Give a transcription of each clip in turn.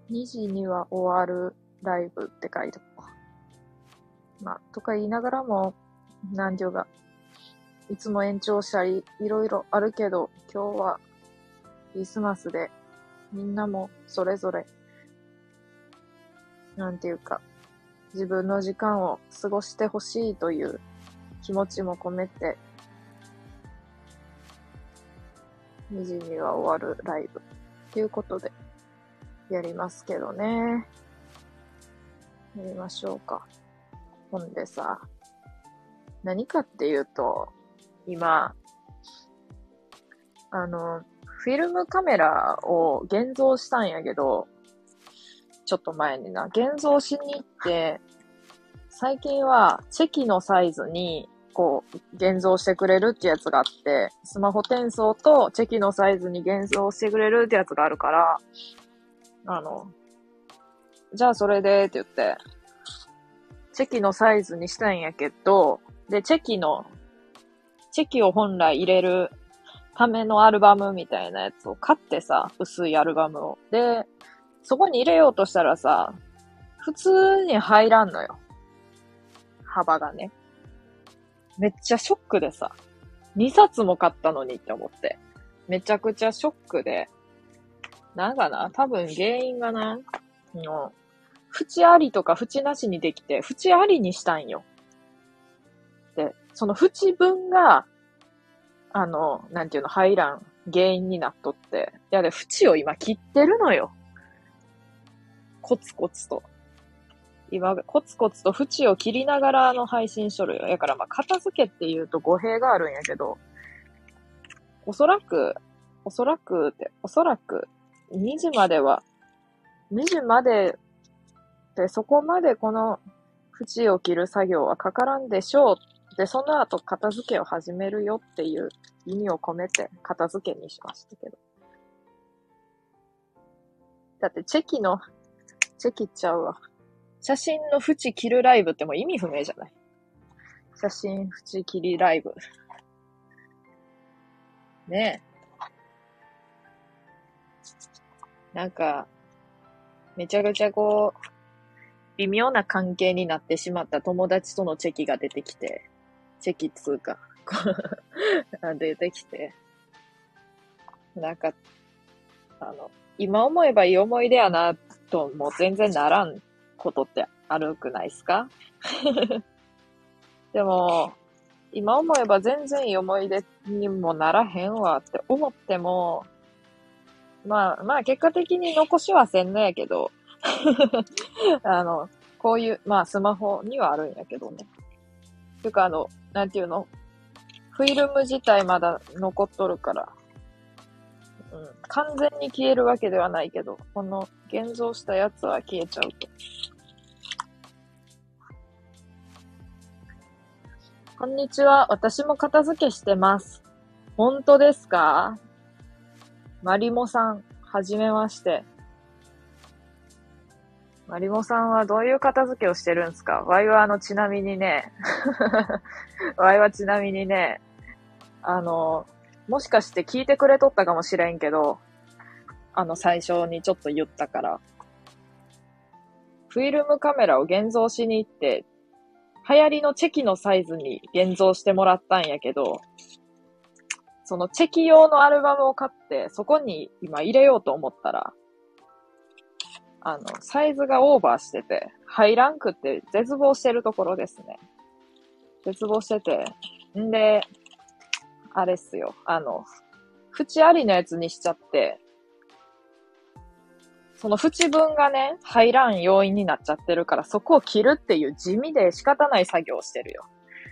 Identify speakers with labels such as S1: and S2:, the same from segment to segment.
S1: 2時には終わるライブって書いてある。まあ、とか言いながらも、何時が、いつも延長したり、いろいろあるけど、今日はクリスマスで、みんなもそれぞれ、なんていうか、自分の時間を過ごしてほしいという気持ちも込めて、2時には終わるライブということでやりますけどね。やりましょうか。ほんでさ、何かっていうと、今、フィルムカメラを現像したんやけど、ちょっと前にな、現像しに行って、最近はチェキのサイズに、こう、現像してくれるってやつがあって、スマホ転送とチェキのサイズに現像してくれるってやつがあるから、じゃあそれでって言って、チェキのサイズにしたんやけど、で、チェキを本来入れるためのアルバムみたいなやつを買ってさ、薄いアルバムを。で、そこに入れようとしたらさ、普通に入らんのよ。幅がね。めっちゃショックでさ、2冊も買ったのにって思って。めちゃくちゃショックで、なんかな、多分原因がな、縁ありとか縁なしにできて、縁ありにしたんよ。で、その縁分が、なんていうの、入らん原因になっとって。いやで、縁を今切ってるのよ。コツコツと。今、コツコツと縁を切りながら配信しとるよ。だからまあ、片付けって言うと語弊があるんやけど、おそらく、2時までは、2時までで、そこまでこの縁を切る作業はかからんでしょう。で、その後片付けを始めるよっていう意味を込めて片付けにしましたけど。だってチェキちゃうわ。写真の縁切るライブってもう意味不明じゃない？写真縁切りライブ。ねえ。なんか、めちゃくちゃこう、微妙な関係になってしまった友達とのチェキが出てきて、チェキ通貨出てきて、なんか、今思えばいい思い出やな、ともう全然ならんことってあるくないっすか？でも、今思えば全然いい思い出にもならへんわって思っても、まあ結果的に残しはせんのやけど、こういう、まあスマホにはあるんやけどね。ていうかなんていうの？フィルム自体まだ残っとるから、完全に消えるわけではないけど、この現像したやつは消えちゃうと。こんにちは。私も片付けしてます。本当ですか？マリモさん、はじめまして。マリモさんはどういう片付けをしてるんですか？ワイはちなみにね、ワイはちなみにね、もしかして聞いてくれとったかもしれんけど、最初にちょっと言ったから、フィルムカメラを現像しに行って、流行りのチェキのサイズに現像してもらったんやけど、そのチェキ用のアルバムを買って、そこに今入れようと思ったら、サイズがオーバーしてて、入らんくって絶望してるところですね。絶望してて。んで、あれっすよ。縁ありのやつにしちゃって、その縁分がね、入らん要因になっちゃってるから、そこを切るっていう地味で仕方ない作業をしてるよ。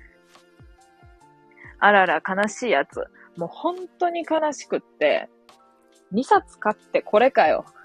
S1: あらら、悲しいやつ。もう本当に悲しくって、2冊買ってこれかよ。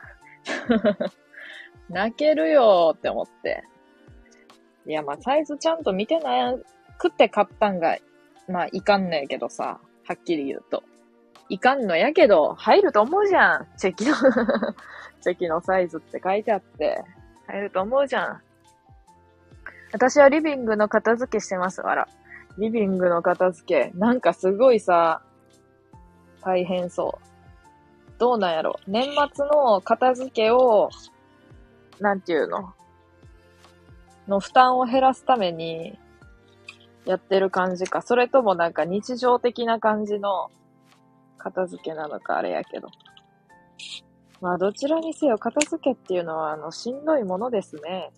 S1: 泣けるよーって思って。いや、まあ、サイズちゃんと見てなくって買ったんが、まあ、いかんねえけどさ、はっきり言うと。いかんのやけど、入ると思うじゃん。チェキのチェキのサイズって書いてあって、入ると思うじゃん。私はリビングの片付けしてます。あら。リビングの片付け。なんかすごいさ、大変そう。どうなんやろ。年末の片付けをなんていうの負担を減らすためにやってる感じか、それともなんか日常的な感じの片付けなのかあれやけど。まあどちらにせよ片付けっていうのはしんどいものですね。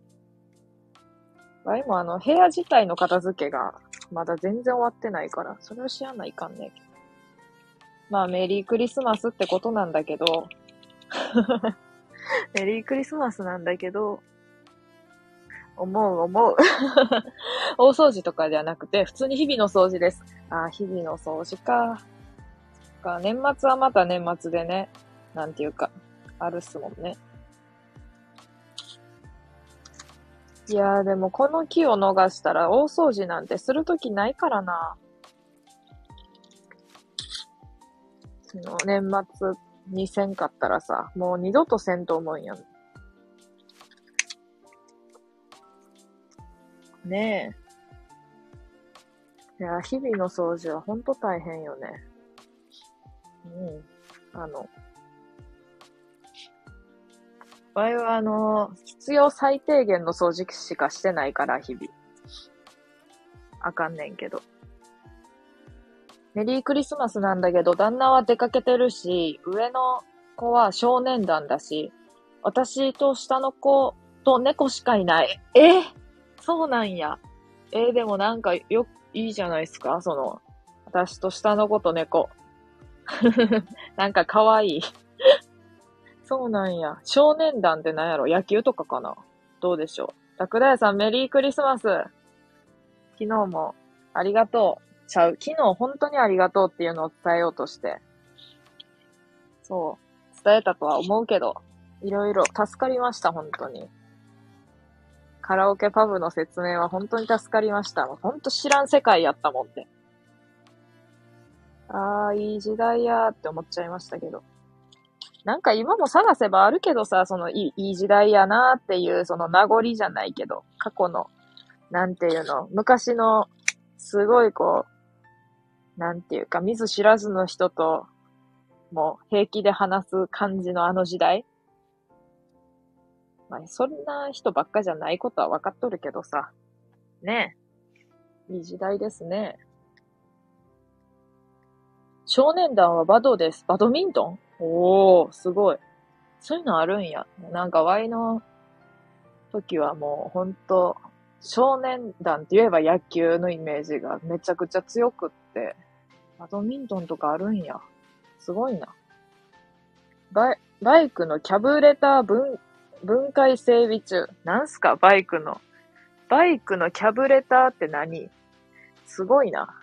S1: わいも部屋自体の片付けがまだ全然終わってないから、それをしやないかんねんけど。まあメリークリスマスってことなんだけど、メリークリスマスなんだけど、思う。大掃除とかではなくて、普通に日々の掃除です。あ、日々の掃除か。年末はまた年末でね、なんていうか、あるっすもんね。いやーでもこの木を逃したら大掃除なんてするときないからな。年末にせんかったらさ、もう二度とせんと思うんやん。ねえ。いや、日々の掃除はほんと大変よね。わいは必要最低限の掃除しかしてないから、日々。あかんねんけど。メリークリスマスなんだけど、旦那は出かけてるし、上の子は少年団だし、私と下の子と猫しかいない。そうなんや。でもなんかいいじゃないですか、私と下の子と猫。なんか可愛い。そうなんや。少年団って何やろ、野球とかかな、どうでしょう。桜屋さんメリークリスマス。昨日もありがとう。昨日本当にありがとうっていうのを伝えようとして。そう。伝えたとは思うけど、いろいろ助かりました、本当に。カラオケパブの説明は本当に助かりました。本当知らん世界やったもんで。いい時代やーって思っちゃいましたけど。なんか今も探せばあるけどさ、いい時代やなーっていう、名残じゃないけど、過去の、なんていうの、昔の、すごいなんていうか、見ず知らずの人と、もう平気で話す感じのあの時代。まあ、そんな人ばっかじゃないことは分かっとるけどさ。ねえ。いい時代ですね。少年団はバドです。バドミントン。おー、すごい。そういうのあるんや。なんか、ワイの時はもう、ほんと、少年団って言えば野球のイメージがめちゃくちゃ強くって、バドミントンとかあるんや。すごいな。バイクのキャブレター分解整備中。なんすかバイクのキャブレターって何？すごいな。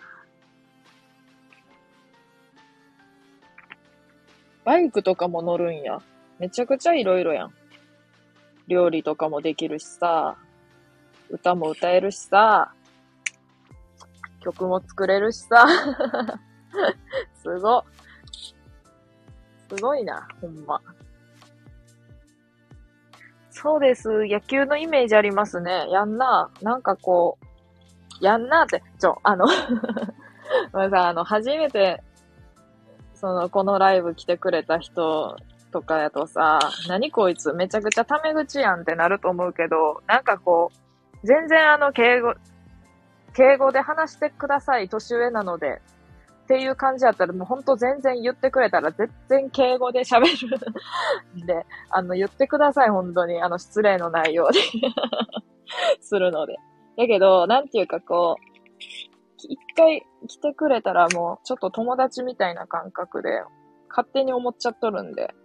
S1: バイクとかも乗るんや。めちゃくちゃいろいろやん。料理とかもできるしさ、歌も歌えるしさ、曲も作れるしさ。すごいな、ほんま。そうです。野球のイメージありますね。やんな。なんかやんなって、まあさ、初めて、このライブ来てくれた人とかやとさ、何こいつめちゃくちゃタメ口やんってなると思うけど、なんか全然敬語で話してください、年上なので。っていう感じやったら、もうほんと全然言ってくれたら、全然敬語で喋るんで、言ってください、本当に。失礼のないようにするので。だけど、なんていうか一回来てくれたらもう、ちょっと友達みたいな感覚で、勝手に思っちゃっとるんで。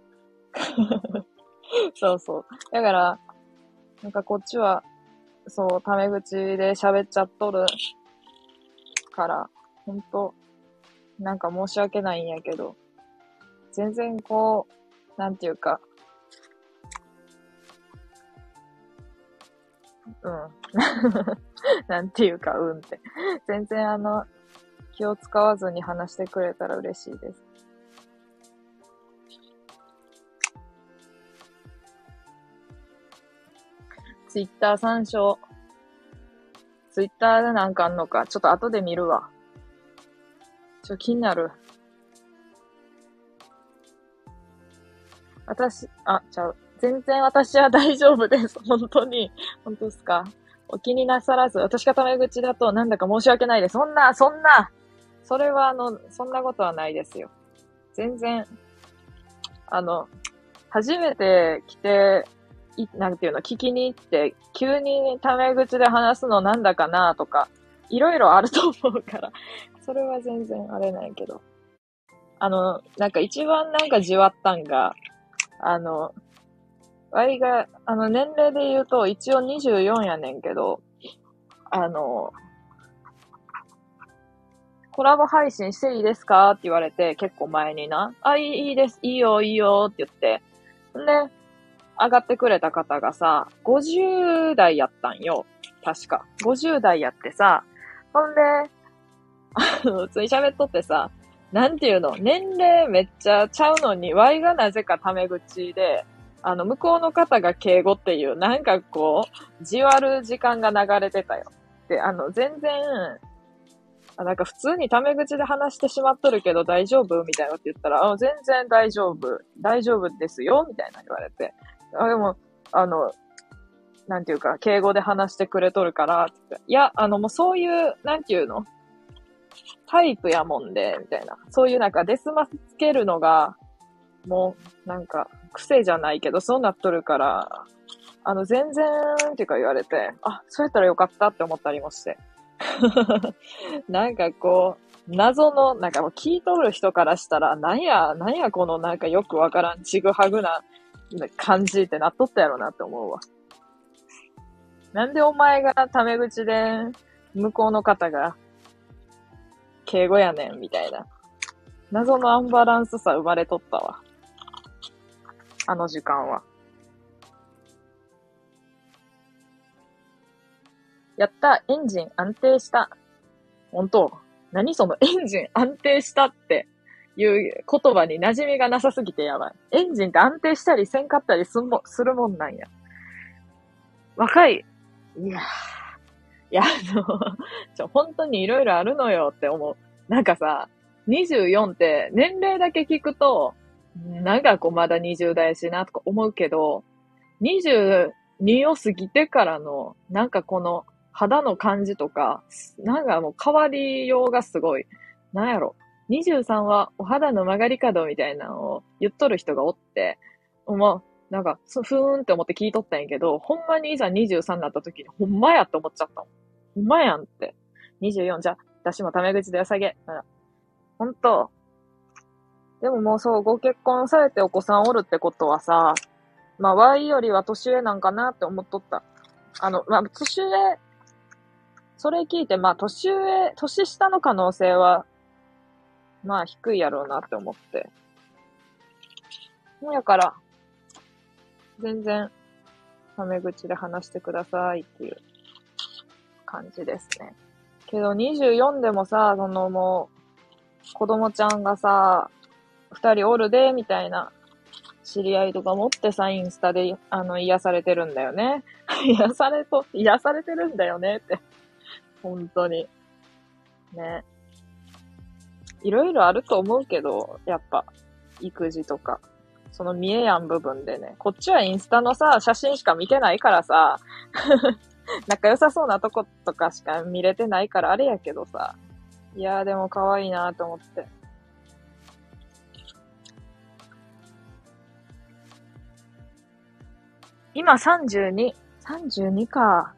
S1: そうそう。だから、なんかこっちは、そう、タメ口で喋っちゃっとるから、ほんと、なんか申し訳ないんやけど、全然なんていうか、うん。なんていうか、って。全然気を使わずに話してくれたら嬉しいです。ツイッター参照。ツイッターでなんかあんのか。ちょっと後で見るわ。気になる。ちゃう。 全然私は大丈夫です。本当に。本当ですか。お気になさらず、私がタメ口だとなんだか申し訳ないです。それはそんなことはないですよ。全然、あの、初めて来て、なんていうの、聞きに行って、急にタメ口で話すのなんだかなとか、いろいろあると思うから、それは全然あれないけど。なんか一番なんかじわったんが、あの、ワイが、年齢で言うと一応24やねんけど、あの、コラボ配信していいですかって言われて、結構前にな。あ、いいです、いいよ、いいよって言って。んで、上がってくれた方がさ、50代やったんよ。確か。50代やってさ、ほんで、普通に喋っとってさ、なんていうの、年齢めっちゃちゃうのに、Y がなぜかタメ口で、向こうの方が敬語っていう、なんかこう、じわる時間が流れてたよ。で、全然、なんか普通にタメ口で話してしまっとるけど大丈夫みたいなこと言ったら、全然大丈夫。大丈夫ですよみたいな言われて。でも、なんていうか、敬語で話してくれとるから、って。いや、もうそういう、なんていうのタイプやもんで、みたいな。そういうなんかデスマスつけるのが、もう、なんか、癖じゃないけど、そうなっとるから、全然、っていうか言われて、あ、そうやったらよかったって思ったりもして。なんかこう、謎の、なんかもう聞いとる人からしたら、なんやこのなんかよくわからんちぐはぐな感じってなっとったやろなって思うわ。なんでお前がタメ口で、向こうの方が敬語やねん、みたいな。謎のアンバランスさ生まれとったわ。あの時間は。やった、エンジン安定した。本当何そのエンジン安定したっていう言葉に馴染みがなさすぎてやばい。エンジンって安定したりせんかったりするもんなんや。若い。いやいや、本当にいろいろあるのよって思う。なんかさ、24って年齢だけ聞くと、なんかこうまだ20代しなとか思うけど、22を過ぎてからの、なんかこの肌の感じとか、なんかもう変わりようがすごい。なんやろ。23はお肌の曲がり角みたいなのを言っとる人がおって、もう、なんか、ふーんって思って聞いとったんやけど、ほんまにいざ23になった時に、ほんまやって思っちゃったもん。ほんまやんって。24、じゃあ、私もタメ口で下げ。うん。ほんと。でももうそう、ご結婚されてお子さんおるってことはさ、まあ、Y よりは年上なんかなって思っとった。まあ、年上、それ聞いて、まあ、年下の可能性は、まあ、低いやろうなって思って。だから、全然、タメ口で話してくださいっていう感じですね。けど、24でもさ、もう、子供ちゃんがさ、二人おるで、みたいな、知り合いとか持ってさ、インスタで、癒されてるんだよね。癒されてるんだよねって。本当に。ね。いろいろあると思うけど、やっぱ、育児とか、その見えやん部分でね、こっちはインスタのさ、写真しか見てないからさ、仲良さそうなとことかしか見れてないからあれやけどさ、いやーでも可愛いなと思って。今32。32か。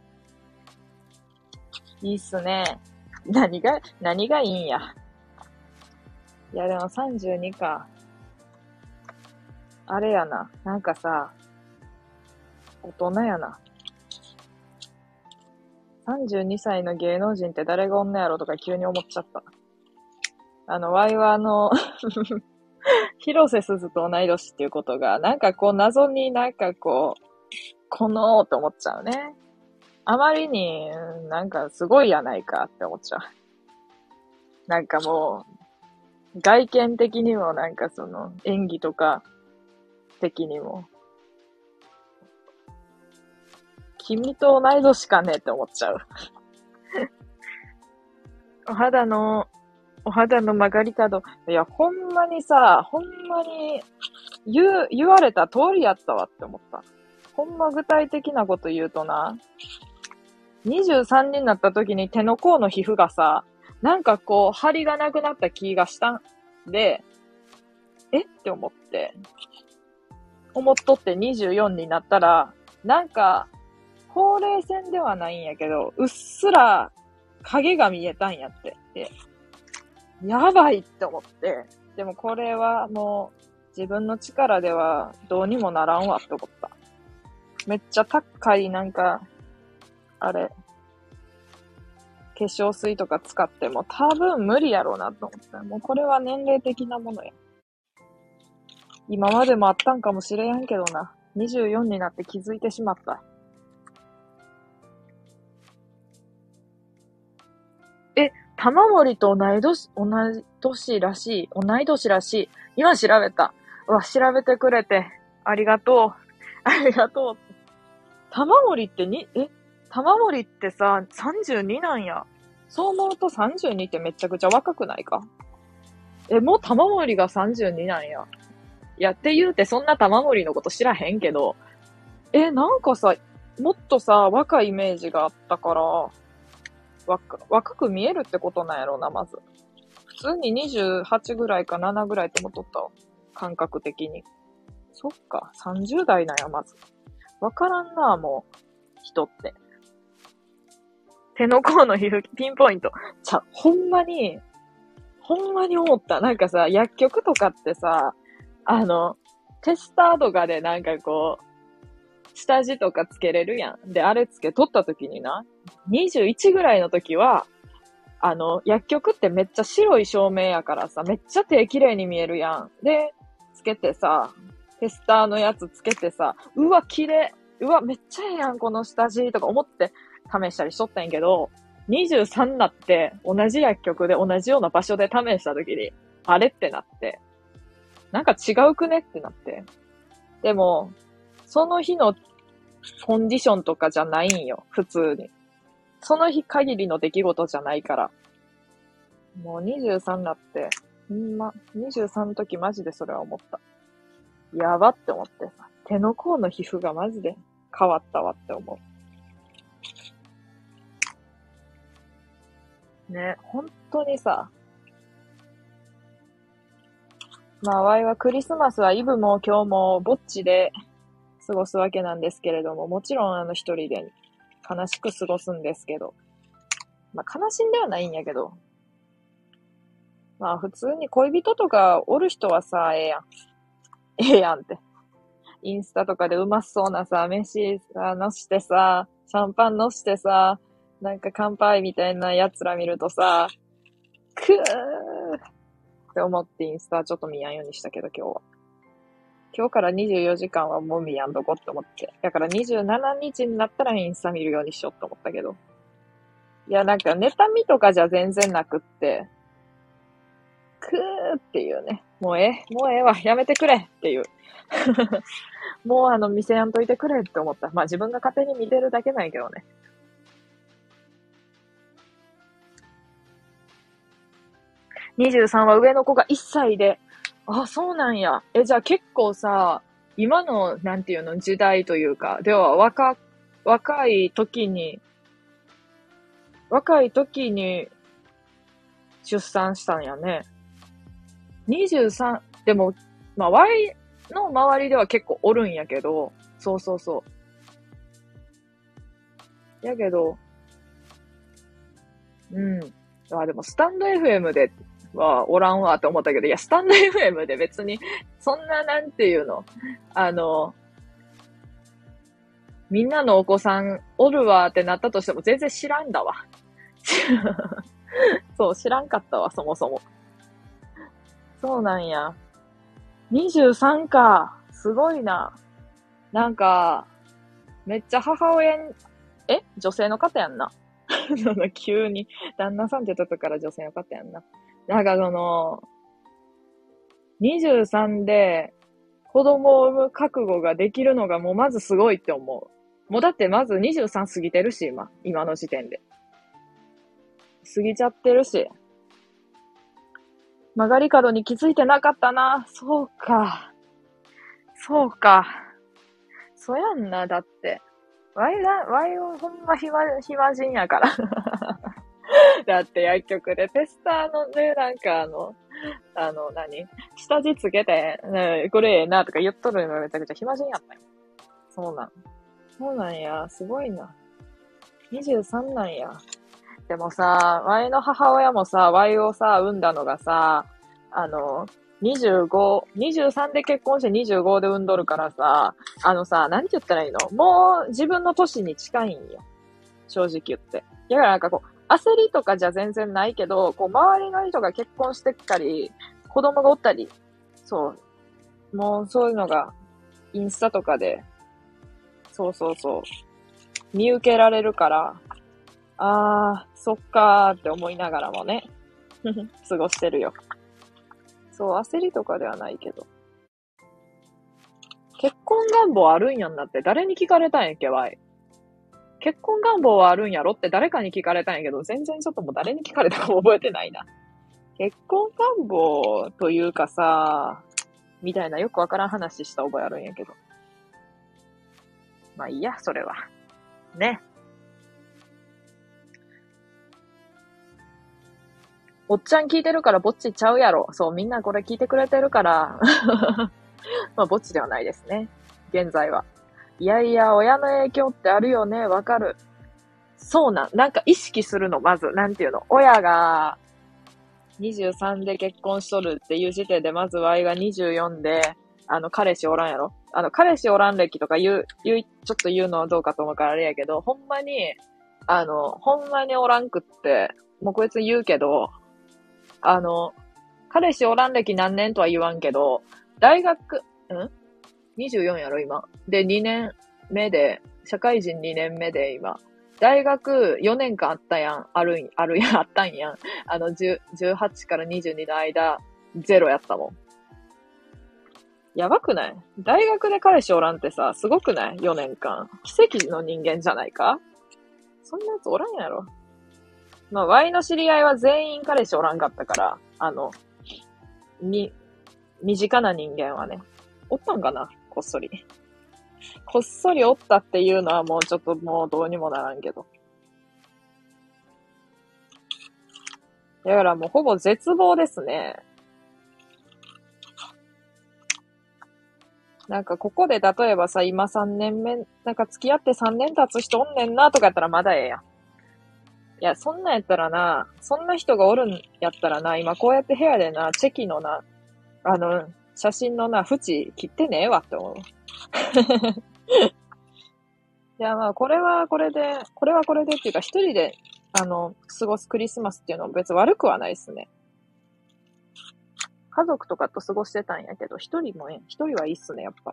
S1: いいっすね。何がいいんや。いやでも32か。あれやな。なんかさ、大人やな。32歳の芸能人って誰がおんのやろとか急に思っちゃった。ワイは広瀬すずと同い年っていうことが、なんかこう謎になんかこう、このーって思っちゃうね。あまりになんかすごいやないかって思っちゃう。なんかもう、外見的にもなんかその演技とか的にも、君と同い年かねって思っちゃう。お肌のお肌の曲がり角。いや、ほんまにさ、ほんまに言われた通りやったわって思った。ほんま具体的なこと言うとな、23になった時に手の甲の皮膚がさ、なんかこう、張りがなくなった気がしたんで、って思っとって24になったら、なんか、ほうれい線ではないんやけど、うっすら影が見えたんやって。で、やばいって思って、でもこれはもう自分の力ではどうにもならんわって思った。めっちゃ高いなんか、あれ、化粧水とか使っても多分無理やろうなと思った。もうこれは年齢的なものや。今までもあったんかもしれんけどな。24になって気づいてしまった。玉森と同い年らしい。同い年らしい。今調べた。うわ、調べてくれて。ありがとう。ありがとう。玉森って玉森ってさ、32なんや。そう思うと32ってめちゃくちゃ若くないか？もう玉森が32なんや。いやって言うてそんな玉森のこと知らへんけど、なんかさ、もっとさ、若いイメージがあったから、若く見えるってことなんやろな、まず。普通に28ぐらいか7ぐらいと思っとったわ。感覚的に。そっか、30代なんや、まず。わからんな、もう、人って。手の甲の皮膚、ピンポイント。ほんまに思った。なんかさ、薬局とかってさ、テスターとかでなんかこう、下地とかつけれるやん。で、あれつけ取った時にな、21ぐらいの時は、薬局ってめっちゃ白い照明やからさ、めっちゃ手綺麗に見えるやん。で、つけてさ、テスターのやつつけてさ、うわ、綺麗。うわ、めっちゃええやん、この下地とか思って試したりしとったんやけど、23になって同じ薬局で同じような場所で試した時に、あれってなって、なんか違うくねってなって。でも、その日のコンディションとかじゃないんよ、普通に。その日限りの出来事じゃないから。もう23になって、23の時マジでそれは思った。やばって思ってさ、手の甲の皮膚がマジで変わったわって思う。ね、本当にさ、まあ、ワイはクリスマスはイブも今日もぼっちで過ごすわけなんですけれども、もちろん一人で悲しく過ごすんですけど、まあ悲しんではないんやけど、まあ普通に恋人とかおる人はさ、ええやんって。インスタとかでうまそうなさ、飯さ、のしてさ、シャンパンのしてさ、なんか乾杯みたいなやつら見るとさ、くーって思ってインスタちょっと見やんようにしたけど今日は。今日から24時間はもう見やんとこって思って。だから27日になったらインスタ見るようにしようと思ったけど。いやなんか妬みとかじゃ全然なくって、くーっていうね。もうええわ。やめてくれっていう。もう見せやんといてくれって思った。まあ自分が勝手に見てるだけなんやけどね。23は上の子が1歳で。あ、そうなんや。じゃあ結構さ、今の、なんていうの、時代というか、では若い時に、出産したんやね。23、でも、まあ、Y の周りでは結構おるんやけど、そうそうそう。やけど、うん。でも、スタンド FM ではおらんわって思ったけど、いや、スタンド FM で別に、そんな、なんていうの、あの、みんなのお子さんおるわってなったとしても全然知らんだわ。そう、知らんかったわ、そもそも。そうなんや。23か。すごいな。なんか、めっちゃ母親に、女性の方やんな。急に、旦那さんって言ったから女性の方やんな。なんか23で子供を産む覚悟ができるのがもうまずすごいって思う。もうだってまず23過ぎてるし、今の時点で。過ぎちゃってるし。 曲がり角に気づいてなかったな。そうか。そうか。そやんな、だって。ワイはほんま暇人やから。だって薬局でテスターのね、なんか下地つけて、ね、これええなとか言っとるのがめちゃくちゃ暇人やったよ。そうなん。そうなんや。すごいな。23なんや。でもさ、ワイの母親もさ、ワイをさ、産んだのがさ、25、23で結婚して25で産んどるからさ、なんて言ったらいいの？もう自分の歳に近いんよ。正直言って。だからなんかこう、焦りとかじゃ全然ないけど、こう、周りの人が結婚してきたり、子供がおったり、そう、もうそういうのが、インスタとかで、そうそうそう、見受けられるから、そっかーって思いながらもね、過ごしてるよ。そう、焦りとかではないけど。結婚願望あるんやんなって誰に聞かれたんやっけ、わい。結婚願望はあるんやろって誰かに聞かれたんやけど、全然ちょっともう誰に聞かれたかも覚えてないな。結婚願望というかさ、みたいなよくわからん話した覚えあるんやけど。まあいいや、それは。ね。おっちゃん聞いてるからぼっちちゃうやろ。そう、みんなこれ聞いてくれてるから。まあぼっちではないですね。現在は。いやいや、親の影響ってあるよね。わかる。そうなんか意識するの、まず。なんていうの。親が23で結婚しとるっていう時点で、まず Y が24で、彼氏おらんやろ。彼氏おらん歴とかちょっと言うのはどうかと思うからあれやけど、ほんまに、ほんまにおらんくって、もうこいつ言うけど、あの、彼氏おらん歴何年とは言わんけど、大学、24やろ、今。で、2年目で、社会人2年目で、今。大学4年間あったやん。あったんやん。18から22の間、ゼロやったもん。やばくない？大学で彼氏おらんってさ、すごくない？ 4 年間。奇跡の人間じゃないか？そんなやつおらんやろ。まあ、Y の知り合いは全員彼氏おらんかったから、身近な人間はね。おったんかな？こっそり。こっそりおったっていうのはもうちょっともうどうにもならんけど。だからもうほぼ絶望ですね。なんかここで例えばさ、今3年目、なんか付き合って3年経つ人おんねんなとかやったらまだええやん。いや、そんなんやったらな、そんな人がおるんやったらな、今こうやって部屋でな、チェキのな、写真のな、縁切ってねえわって思う。いや、まあ、これはこれでっていうか、一人で、過ごすクリスマスっていうのも別に悪くはないですね。家族とかと過ごしてたんやけど、一人はいいっすね、やっぱ。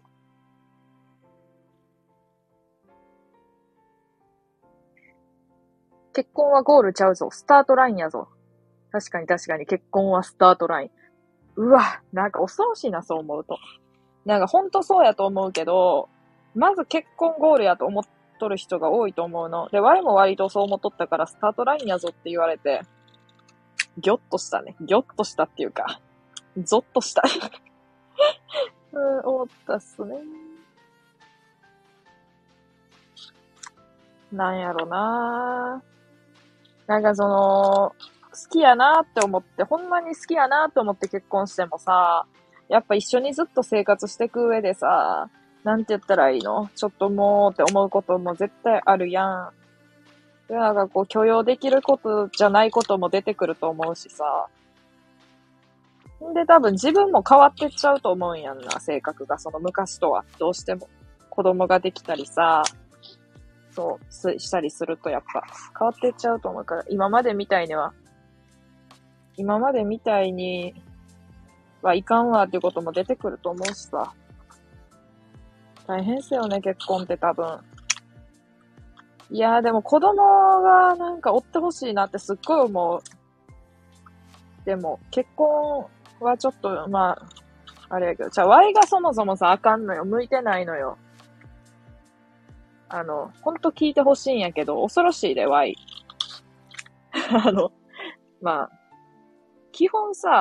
S1: 結婚はゴールちゃうぞ。スタートラインやぞ。確かに確かに結婚はスタートライン。うわ、なんか恐ろしいな、そう思うと。なんかほんとそうやと思うけど、まず結婚ゴールやと思っとる人が多いと思うの。で、Y も割とそう思っとったからスタートラインやぞって言われて、ギョッとしたね。ギョッとしたっていうか、ゾッとした。思ったっすね。なんやろななんか好きやなって思って、ほんまに好きやなって思って結婚してもさ、やっぱ一緒にずっと生活していく上でさ、なんて言ったらいいの？ちょっともうって思うことも絶対あるやん。で、なんかこう許容できることじゃないことも出てくると思うしさ。んで多分自分も変わってっちゃうと思うんやんな、性格が。その昔とは。どうしても。子供ができたりさ、したりするとやっぱ変わってっちゃうと思うから、今までみたいにはいかんわっていうことも出てくると思うしさ。大変っすよね、結婚って多分。いやーでも子供がなんか追ってほしいなってすっごい思う。でも結婚はちょっと、まあ、あれやけど、Y がそもそもさ、あかんのよ。向いてないのよ。ほんと聞いてほしいんやけど、恐ろしいで、Y。あの、まあ、基本さ、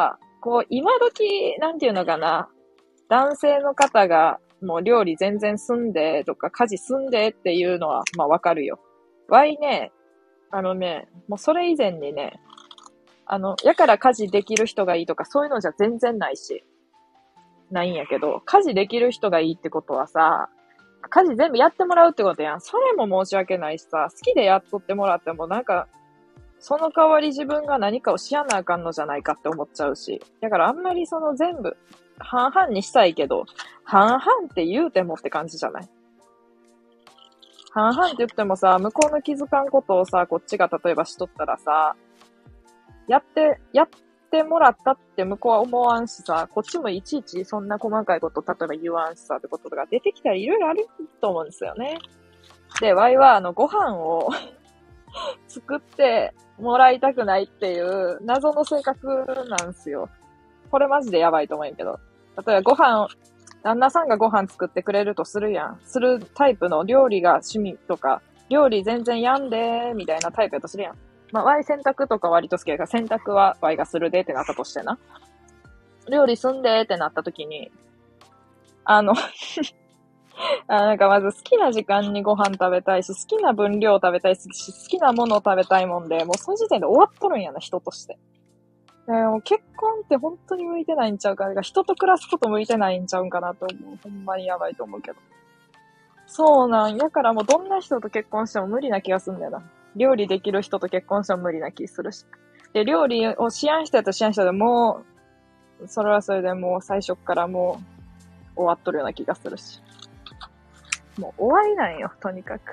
S1: こう、今時、なんていうのかな。男性の方が、もう料理全然済んでとか、家事済んでっていうのは、まあわかるよ。わいね、もうそれ以前にね、やから家事できる人がいいとか、そういうのじゃ全然ないし、ないんやけど、家事できる人がいいってことはさ、家事全部やってもらうってことやん。それも申し訳ないしさ、好きでやっとってもらってもなんか、その代わり自分が何かをしやなあかんのじゃないかって思っちゃうし。だからあんまりその全部、半々にしたいけど、半々って言うてもって感じじゃない？半々って言ってもさ、向こうの気づかんことをさ、こっちが例えばしとったらさ、やってもらったって向こうは思わんしさ、こっちもいちいちそんな細かいこと例えば言わんしさってことが出てきたらいろいろあると思うんですよね。で、ワイはご飯を作ってもらいたくないっていう謎の性格なんですよ。これマジでやばいと思うんやけど。例えば旦那さんがご飯作ってくれるとするやん。するタイプの料理が趣味とか、料理全然やんでーみたいなタイプやとするやん。まあ、ワイ洗濯とか割と好きやから、洗濯はワイがするでってなったとしてな。料理すんでーってなった時に、あのなんかまず好きな時間にご飯食べたいし、好きな分量食べたいし、好きなものを食べたいもんで、もうその時点で終わっとるんやな、人として。もう結婚って本当に向いてないんちゃうか。人と暮らすこと向いてないんちゃうんかなと思う。ほんまにやばいと思うけど。そうなんやからもうどんな人と結婚しても無理な気がするんだよな。料理できる人と結婚しても無理な気するし。で、料理をしやん人やったらしやん人でもう、それはそれでもう最初からもう終わっとるような気がするし。もう終わりなんよ、とにかく。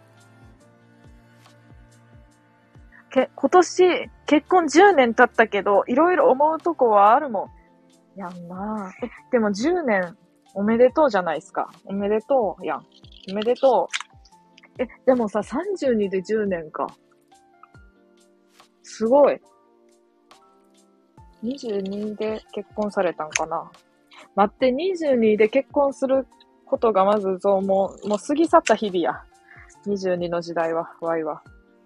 S1: 今年、結婚10年経ったけど、いろいろ思うとこはあるもん。やんなぁ。でも10年、おめでとうじゃないですか。おめでとうやん。おめでとう。でもさ、32で10年か。すごい。22で結婚されたんかな。待って、22で結婚することがまずもう過ぎ去った日々や。22の時代は、ワイは。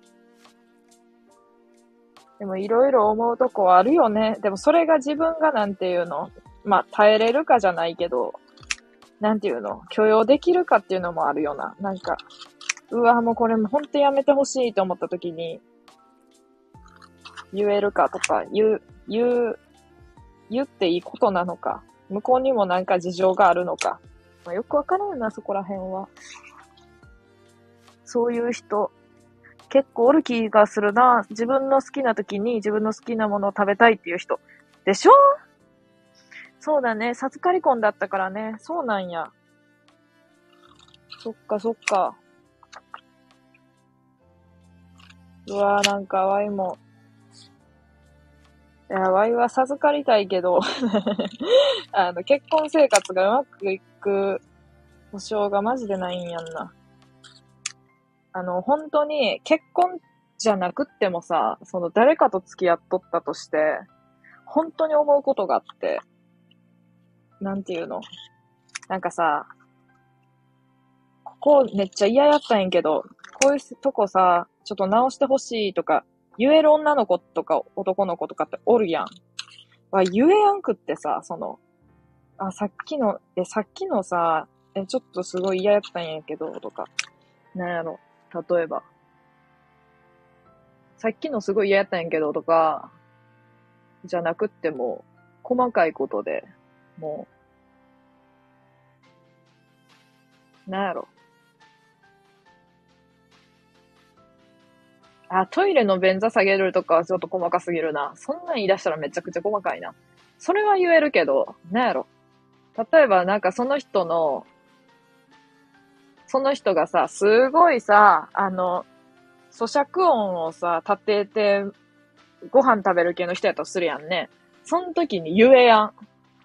S1: でもいろいろ思うとこはあるよね。でもそれが自分がなんていうの、まあ耐えれるかじゃないけど、なんていうの、許容できるかっていうのもあるよな。なんか、うわ、もうこれも本当やめてほしいと思った時に、言えるかとか、言っていいことなのか、向こうにもなんか事情があるのか、まあ、よくわからんな、そこら辺は。そういう人、結構おる気がするな。自分の好きな時に自分の好きなものを食べたいっていう人。でしょ？そうだね。授かり婚だったからね。そうなんや。そっかそっか。うわーなんかワイも。いや、ワイは授かりたいけど結婚生活がうまくいく保証がマジでないんやんな。本当に結婚じゃなくってもさ、その誰かと付き合っとったとして、本当に思うことがあって、なんていうの？なんかさ、ここめっちゃ嫌やったんやけど、こういうとこさ、ちょっと直してほしいとか、言える女の子とか男の子とかっておるやん。言えやんくってさ、さっきのさ、ちょっとすごい嫌やったんやけど、とか、なんやろ、例えば、さっきのすごい嫌やったんやけど、とか、じゃなくっても、細かいことで、もなんやろ。トイレの便座下げるとかはちょっと細かすぎるな。そんなん言い出したらめちゃくちゃ細かいな。それは言えるけど、なんやろ。例えばなんかその人がさ、すごいさ、咀嚼音をさ、立てて、ご飯食べる系の人やとするやんね。その時に言えやん。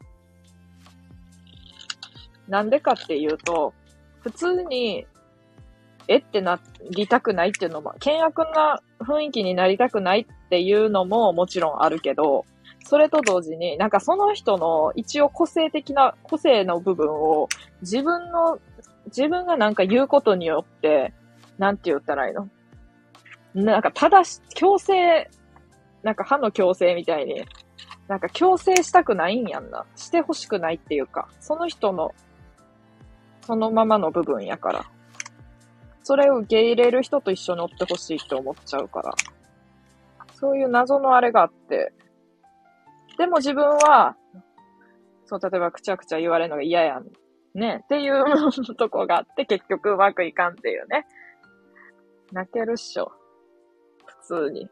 S1: なんでかっていうと、普通に、ってなりたくないっていうのも、険悪な雰囲気になりたくないっていうのももちろんあるけど、それと同時に、なんかその人の一応個性の部分を自分がなんか言うことによって、なんて言ったらいいの？なんか強制、なんか歯の矯正みたいに、 なんか強制したくないんやんな。してほしくないっていうか、その人の、そのままの部分やから。それを受け入れる人と一緒におってほしいって思っちゃうから。そういう謎のあれがあって。でも自分は、そう、例えばくちゃくちゃ言われるのが嫌やん。ね。っていうとこがあって、結局うまくいかんっていうね。泣けるっしょ。普通に。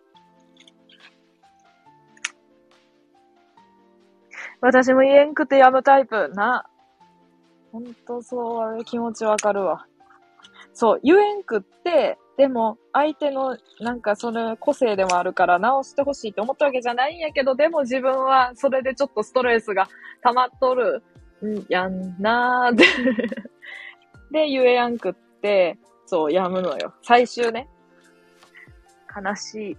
S1: 私も言えんくてやむタイプ。ほんとそう、気持ちわかるわ。そう、言えんくって、でも、相手の、なんかそれ個性でもあるから直してほしいって思ったわけじゃないんやけど、でも自分はそれでちょっとストレスが溜まっとるんやんなーって。で、言えやんくって、そう、やむのよ。最終ね。悲しい。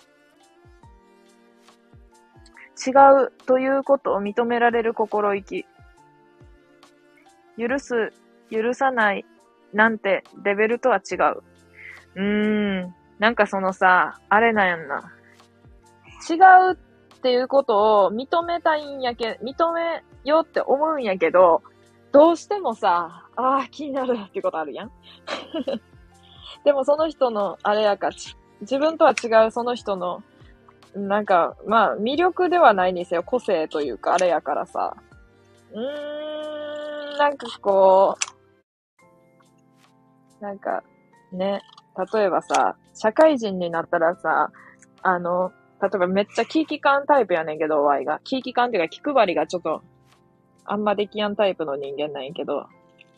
S1: 違うということを認められる心意気。許す、許さないなんてレベルとは違う。なんかそのさ、あれなんやんな。違うっていうことを認めようって思うんやけど、どうしてもさ、気になるっていうことあるやん。でもその人のあれやか、自分とは違うその人の、なんか、まあ、魅力ではないにせよ、個性というか、あれやからさ。なんかこう、なんか、ね、例えばさ、社会人になったらさ、例えばめっちゃ気利かんタイプやねんけど、ワイが。気利かんっていうか気配りがちょっと、あんまできやんタイプの人間なんやけど、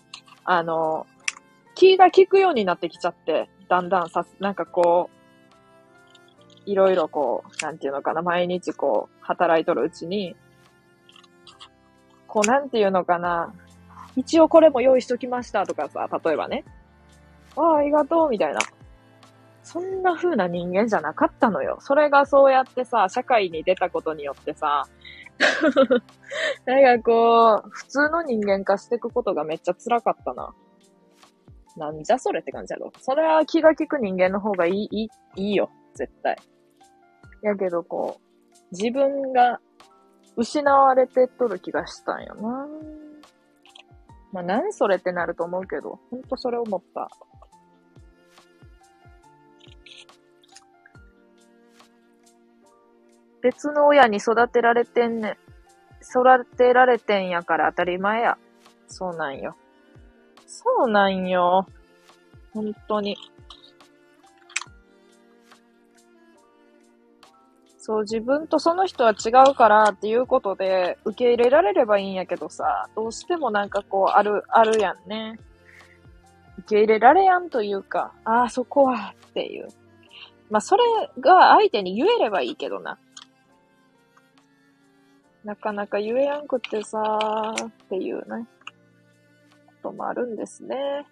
S1: 気が利くようになってきちゃって、だんだんなんかこう、いろいろこう、なんていうのかな、毎日こう、働いとるうちに、こう、なんていうのかな、一応これも用意しときましたとかさ、例えばね、ありがとう、みたいな。そんな風な人間じゃなかったのよ。それがそうやってさ、社会に出たことによってさ、なんかこう、普通の人間化していくことがめっちゃ辛かったな。なんじゃそれって感じやろ。それは気が利く人間の方がいいよ。絶対。やけどこう、自分が失われてっとる気がしたんよな。まあ何それってなると思うけど、ほんとそれ思った。別の親に育てられてんやから当たり前や。そうなんよ。そうなんよ。本当に。そう、自分とその人は違うからっていうことで受け入れられればいいんやけどさ、どうしてもなんかこうあるやんね。受け入れられやんというか、そこはっていう。まあそれが相手に言えればいいけどな。なかなか言えやんくってさーっていうね、こともあるんですね。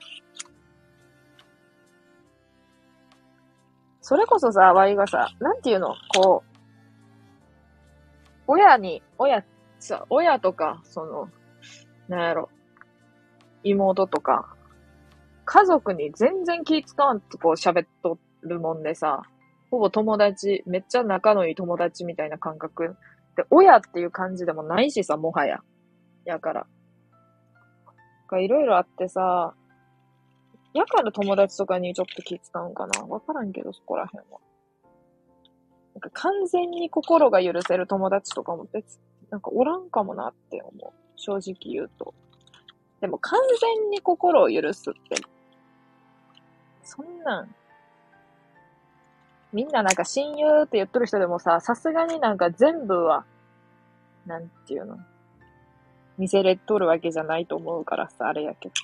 S1: それこそさ、ワイがさ、なんていうのこう、親とか、なんやろ、妹とか、家族に全然気使わんとこう喋っとるもんでさ、ほぼ友達、めっちゃ仲のいい友達みたいな感覚。で、親っていう感じでもないしさ、もはや。やから。いろいろあってさ、やから友達とかにちょっと気使うんかなわからんけど、そこら辺は。なんか完全に心が許せる友達とかもなんかおらんかもなって思う。正直言うと。でも完全に心を許すって、そんなん、みんななんか親友って言ってる人でもさ、さすがになんか全部は、なんていうの、見せれとるわけじゃないと思うからさ、あれやけ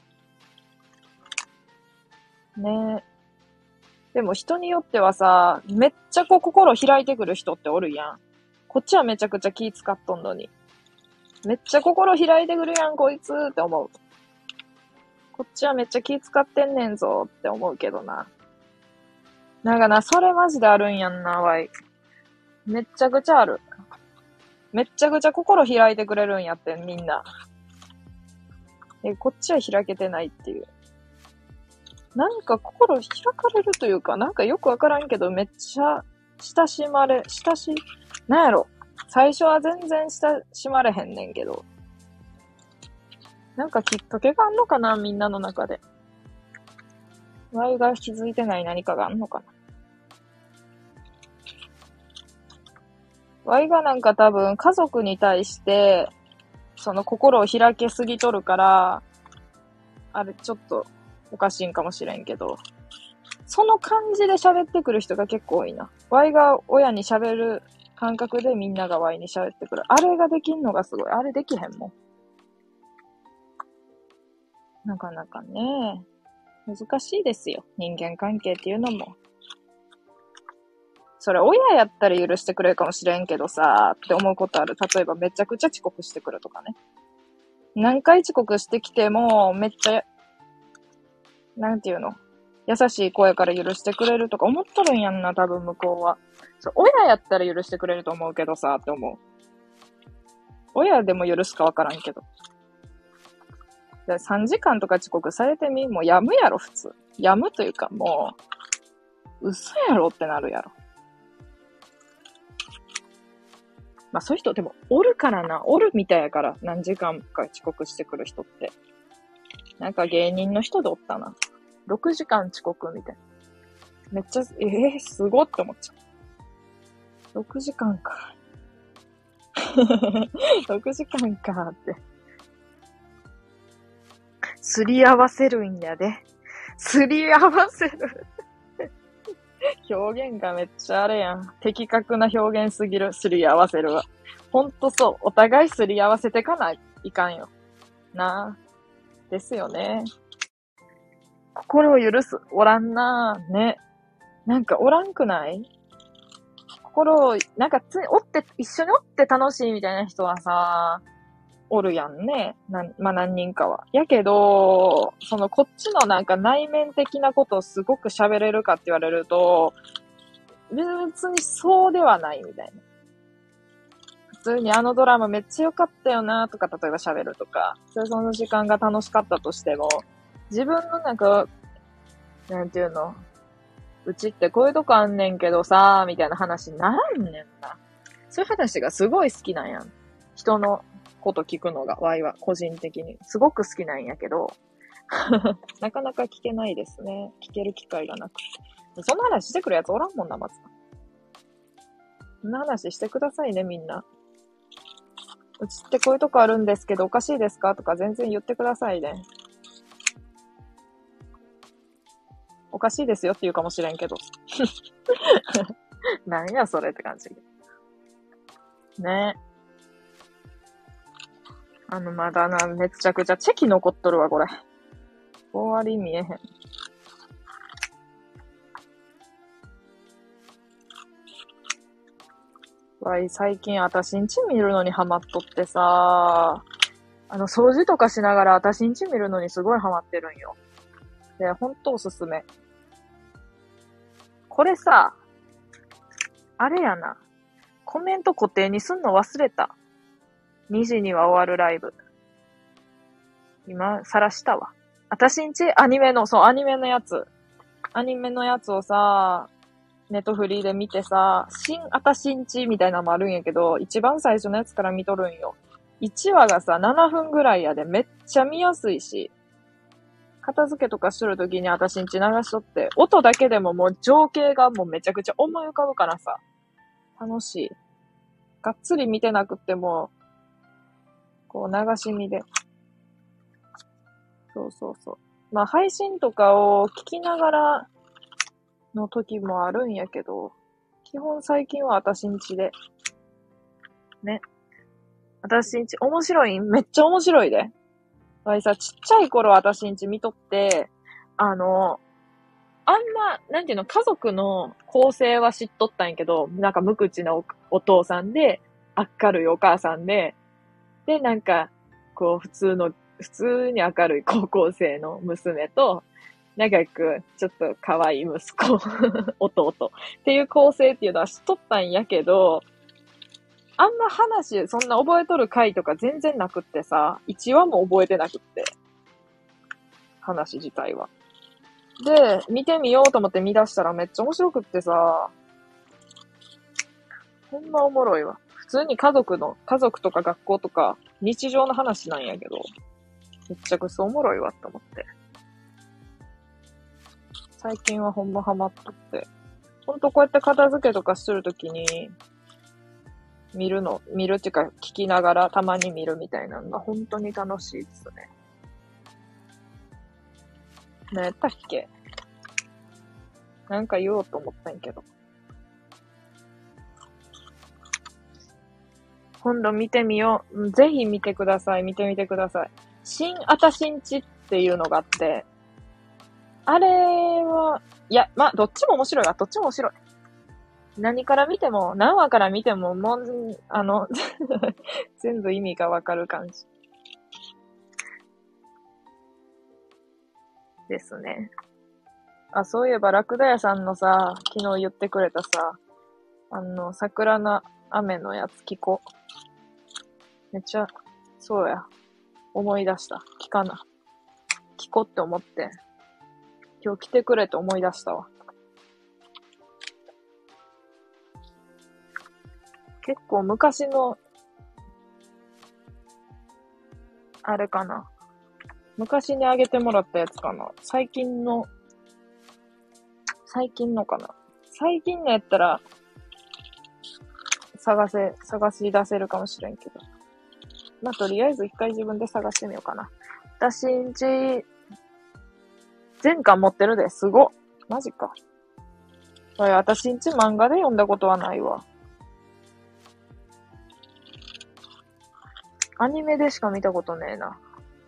S1: ど。ねえ。でも人によってはさ、めっちゃこう心開いてくる人っておるやん。こっちはめちゃくちゃ気使っとんのに。めっちゃ心開いてくるやん、こいつって思う。こっちはめっちゃ気使ってんねんぞって思うけどな。なんかな、それマジであるんやんな、わい。めっちゃくちゃある。めっちゃくちゃ心開いてくれるんやってん、みんな。こっちは開けてないっていう。なんか心開かれるというか、なんかよくわからんけど、めっちゃなんやろ。 最初は全然親しまれへんねんけど。なんかきっかけがあんのかな、みんなの中で。ワイが気づいてない何かがあんのかな。ワイがなんか多分家族に対して、その心を開けすぎとるから、あれちょっとおかしいんかもしれんけど、その感じで喋ってくる人が結構多いな。Y が親に喋る感覚でみんなが Y に喋ってくる。あれができんのがすごい。あれできへんもん。なかなかね、難しいですよ。人間関係っていうのも。それ親やったら許してくれるかもしれんけどさ、って思うことある。例えばめちゃくちゃ遅刻してくるとかね。何回遅刻してきても、めっちゃ、なんていうの、優しい声から許してくれるとか思っとるんやんな、多分向こうは。そう、親やったら許してくれると思うけどさ、って思う。親でも許すかわからんけど。3時間とか遅刻されてみ、もうやむやろ、普通。やむというか、もう、嘘やろってなるやろ。まあそういう人でもおるからな、おるみたいやから、何時間か遅刻してくる人って。なんか芸人の人でおったな。6時間遅刻みたいな。めっちゃ、すごって思っちゃう。6時間か。6時間かって。すり合わせるんやで。すり合わせる。表現がめっちゃあれやん。的確な表現すぎる。すり合わせるわ。ほんとそう。お互いすり合わせてかないかんよ。なあ。ですよね。心を許す。おらんなあ。ね。なんかおらんくない心を、なんか一緒におって楽しいみたいな人はさ、おるやんね。まあ、何人かは。やけど、こっちのなんか内面的なことをすごく喋れるかって言われると、別にそうではないみたいな。普通にあのドラマめっちゃ良かったよなとか、例えば喋るとか、その時間が楽しかったとしても、自分のなんか、なんていうの、うちってこういうとこあんねんけどさ、みたいな話にならんねんな。そういう話がすごい好きなんやん。人のこと聞くのが、ワイは個人的に。すごく好きなんやけど、なかなか聞けないですね。聞ける機会がなくて。そんな話してくるやつおらんもんな、まず。そんな話してくださいね、みんな。うちってこういうとこあるんですけど、おかしいですかとか全然言ってくださいね。おかしいですよって言うかもしれんけど。なんやそれって感じ。ね。まだな、めちゃくちゃチェキ残っとるわ、これ。終わり見えへん。わい、最近私んち見るのにハマっとってさ、掃除とかしながら私んち見るのにすごいハマってるんよ。で、ほんとおすすめ。これさ、あれやな。コメント固定にすんの忘れた。2時には終わるライブ。今、晒したわ。私んちアニメのやつ。アニメのやつをさ、ネットフリーで見てさ、あたしんちみたいなのもあるんやけど、一番最初のやつから見とるんよ。1話がさ、7分ぐらいやでめっちゃ見やすいし、片付けとかしとるときにあたしんち流しとって、音だけでももう情景がもうめちゃくちゃ思い浮かぶからさ、楽しい。がっつり見てなくっても、こう流し見で。そうそうそう。まあ配信とかを聞きながらの時もあるんやけど、基本最近は私んちで。ね。私んち、めっちゃ面白いで。わいさ、ちっちゃい頃私んち見とって、あんま、なんていうの、家族の構成は知っとったんやけど、なんか無口なお父さんで、明るいお母さんで、で、なんか、こう、普通に明るい高校生の娘と、仲良く、ちょっと可愛い息子、弟っていう構成っていうのは知っとったんやけど、あんま話、そんな覚えとる回とか全然なくってさ、1話も覚えてなくって、話自体は。で、見てみようと思って見出したらめっちゃ面白くってさ、ほんまおもろいわ。普通に家族とか学校とか日常の話なんやけど、めっちゃくそおもろいわと思って。最近はほんまハマっとって。ほんとこうやって片付けとかするときに、見るっていうか聞きながらたまに見るみたいなのが本当に楽しいですね。何やったっけ？なんか言おうと思ったんやけど。今度見てみよう。ぜひ見てください。見てみてください。新あたしんちっていうのがあって、あれは、いや、まあ、どっちも面白いわ。どっちも面白い。何から見ても、何話から見ても、もう、全部意味がわかる感じ。ですね。あ、そういえば、ラクダ屋さんのさ、昨日言ってくれたさ、桜の雨のやつ聞こう。めっちゃ、そうや。思い出した。聞かな。聞こうって思って。今日来てくれて思い出したわ。結構昔の、あれかな。昔にあげてもらったやつかな。最近のかな。最近のやったら、探し出せるかもしれんけど。まあ、とりあえず一回自分で探してみようかな。私んち、全巻持ってるで、すごっ。マジか。私んち漫画で読んだことはないわ。アニメでしか見たことねえな。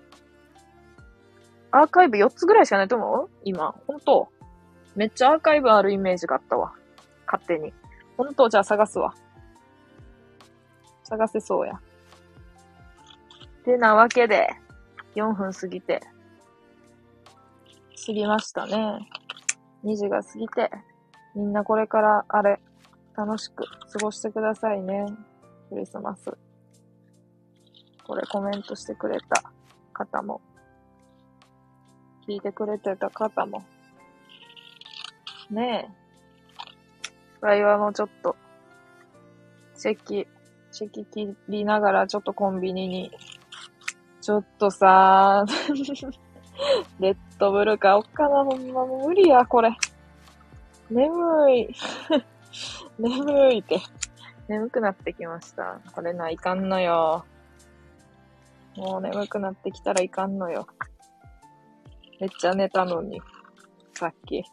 S1: アーカイブ4つぐらいしかないと思う？今。ほんと。めっちゃアーカイブあるイメージがあったわ。勝手に。ほんと、じゃあ探すわ。探せそうや。てなわけで、4分過ぎましたね。2時が過ぎて、みんなこれから楽しく過ごしてくださいね。クリスマス。これコメントしてくれた方も、聞いてくれてた方も。ねえ。ワイはもうちょっと、チェキ切りながらちょっとコンビニに、ちょっとさレッドブル買おっかな、ほんまもう無理や、これ。眠い。眠いって。眠くなってきました。これないかんのよ。もう眠くなってきたらいかんのよ。めっちゃ寝たのに。さっき。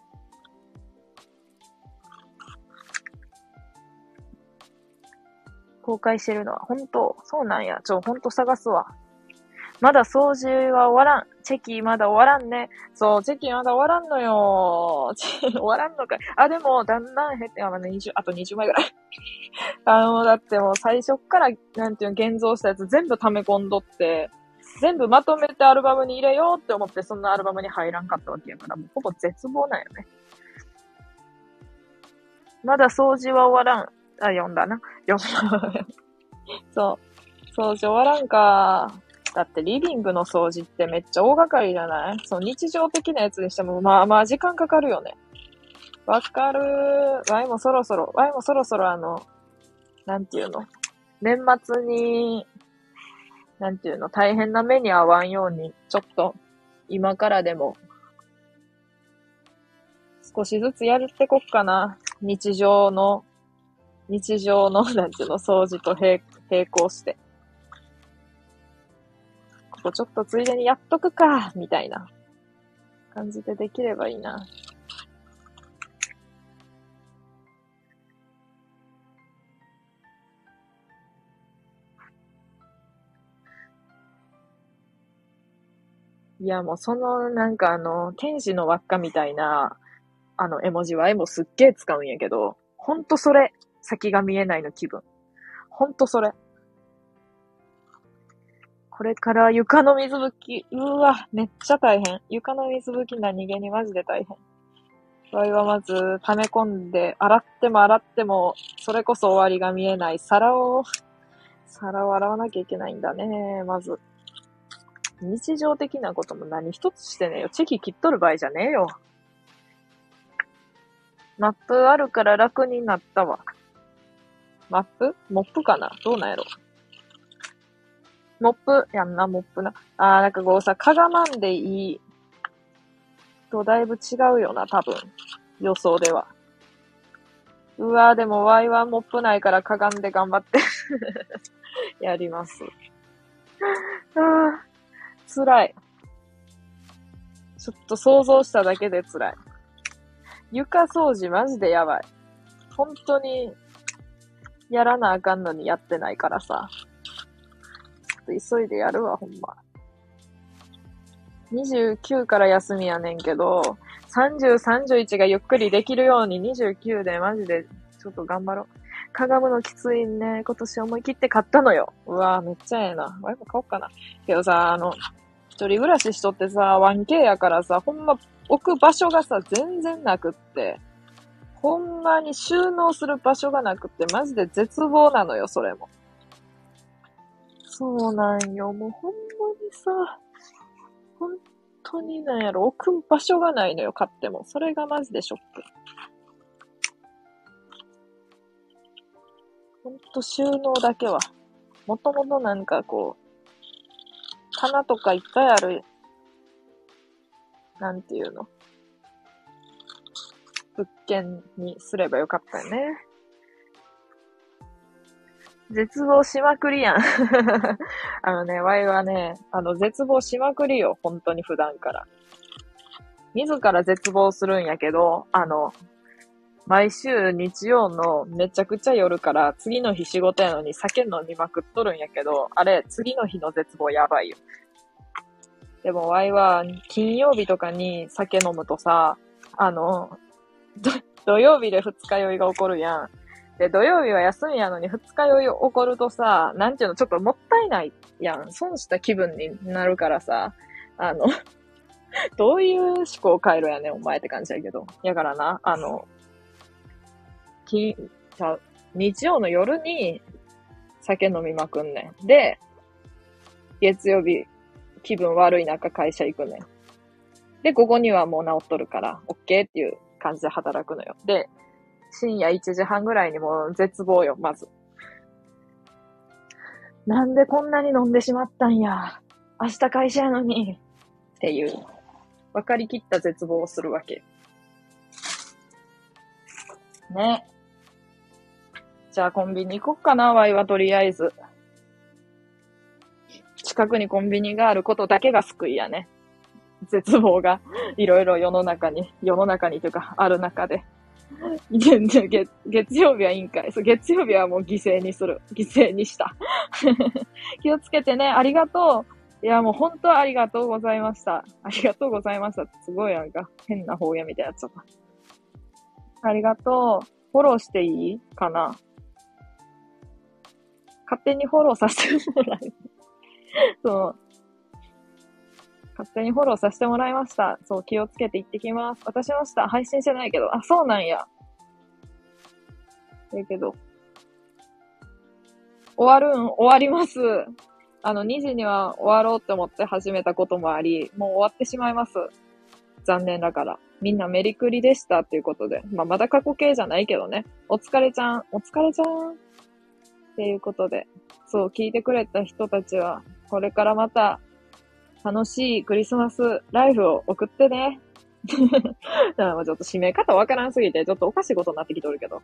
S1: 公開してるのは、本当そうなんや。ほんと探すわ。まだ掃除は終わらん。チェキまだ終わらんね。そう、チェキまだ終わらんのよ。終わらんのかい。あ、でも、だんだん減って、あと20枚ぐらい。だってもう最初っから、なんていうの、現像したやつ全部溜め込んどって、全部まとめてアルバムに入れようって思って、そんなアルバムに入らんかったわけやから、もうほぼ絶望なんよね。まだ掃除は終わらん。読んだな。読んだ。そう。掃除終わらんか。だってリビングの掃除ってめっちゃ大掛かりじゃない？そう、日常的なやつにしてもまあまあ時間かかるよね。わかるー。ワイもそろそろなんていうの？年末に、なんていうの？大変な目に遭わんように、ちょっと、今からでも、少しずつやってこっかな。日常の、なんていうの、掃除と並行して。ここちょっとついでにやっとくか、みたいな感じでできればいいな。いや、もう天使の輪っかみたいな、絵文字は絵もすっげー使うんやけど、ほんとそれ、先が見えないの気分。ほんとそれ。これから床の水拭き、めっちゃ大変。床の水拭き何気にマジで大変。わいはまず、溜め込んで、洗っても、それこそ終わりが見えない皿を洗わなきゃいけないんだね、まず。日常的なことも何一つしてねえよ。チェキ切っとる場合じゃねえよ。マップあるから楽になったわ。 モップかなどうなんやろ。モップやんな、モップな。なんかこうさ、かがまんでいいとだいぶ違うよな、多分。予想では。うわでもワイはモップないからかがんで頑張ってやります。辛い。ちょっと想像しただけで辛い。床掃除マジでやばい。本当に、やらなあかんのにやってないからさ。ちょっと急いでやるわ、ほんま。29から休みやねんけど、30、31がゆっくりできるように29でマジでちょっと頑張ろう。かがむのきついね。今年思い切って買ったのよ。うわぁ、めっちゃええな。ワイも買おうかな。けどさ、一人暮らししとってさ、1K やからさ、ほんま置く場所がさ、全然なくって。ほんまに収納する場所がなくって、マジで絶望なのよ、それも。そうなんよ。もうほんまにさ、本当になんやろ、置く場所がないのよ、買っても。それがマジでショック。ほんと収納だけは。もともとなんかこう、棚とかいっぱいある、なんていうの、物件にすればよかったよね。絶望しまくりやん。ワイはね、絶望しまくりよ、本当に普段から。自ら絶望するんやけど、毎週日曜のめちゃくちゃ夜から次の日仕事やのに酒飲みまくっとるんやけど、あれ、次の日の絶望やばいよ。でも、ワイは金曜日とかに酒飲むとさ、土曜日で二日酔いが起こるやん。で、土曜日は休みやのに二日酔い起こるとさ、なんていうの、ちょっともったいないやん。損した気分になるからさ、あの、どういう思考回路やねん、お前って感じやけど。やからな、日曜の夜に酒飲みまくんねん。で、月曜日、気分悪い中会社行くねん。で、午後にはもう治っとるから、オッケーっていう感じで働くのよ。で、深夜1時半ぐらいにもう絶望よ、まず。なんでこんなに飲んでしまったんや。明日会社やのに。っていう、分かりきった絶望をするわけ。ね。じゃあコンビニ行こっかな、ワイはとりあえず。近くにコンビニがあることだけが救いやね。絶望がいろいろ世の中にというか、ある中で。月曜日はいいんかい。月曜日はもう犠牲にする。犠牲にした。気をつけてね。ありがとう。いや、もう本当ありがとうございました。ありがとうございました。すごいなんか変な方言みたいなやつとか。ありがとう。フォローしていいかな。勝手にフォローさせてもらいそう。勝手にフォローさせてもらいました。そう、気をつけて行ってきます。渡しました。配信してないけど。あ、そうなんや。だけど。終わります。2時には終わろうって思って始めたこともあり、もう終わってしまいます。残念だから。みんなメリクリでしたっていうことで。まだ過去形じゃないけどね。お疲れちゃん。お疲れちゃん。っていうことで。そう、聞いてくれた人たちは、これからまた、楽しいクリスマスライフを送ってね。だからちょっと締め方わからんすぎて、ちょっとおかしいことになってきとるけど。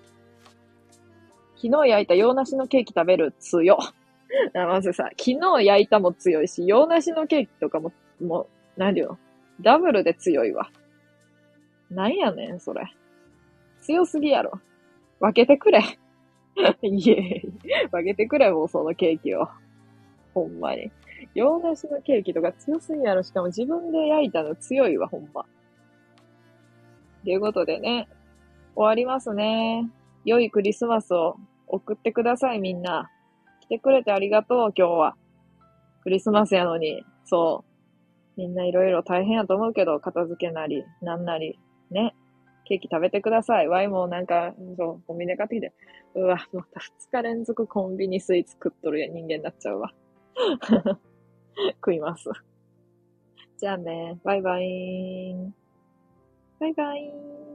S1: 昨日焼いた洋梨のケーキ食べる強。まずさ、昨日焼いたも強いし、洋梨のケーキとかも、なんよ。ダブルで強いわ。なんやねん、それ。強すぎやろ。分けてくれ。いえ、分けてくれ、もうそのケーキを。ほんまに。洋梨のケーキとか強すぎやろ。しかも自分で焼いたの強いわ、ほんま。ということでね、終わりますね。良いクリスマスを送ってください、みんな。来てくれてありがとう、今日は。クリスマスやのに、そう。みんないろいろ大変やと思うけど、片付けなり、なんなり、ね。ケーキ食べてください。ワイもなんか、そう、コンビニで買ってきて。うわ、また2日連続コンビニスイーツ食っとる人間になっちゃうわ。食います。じゃあね、バイバイ。バイバイ。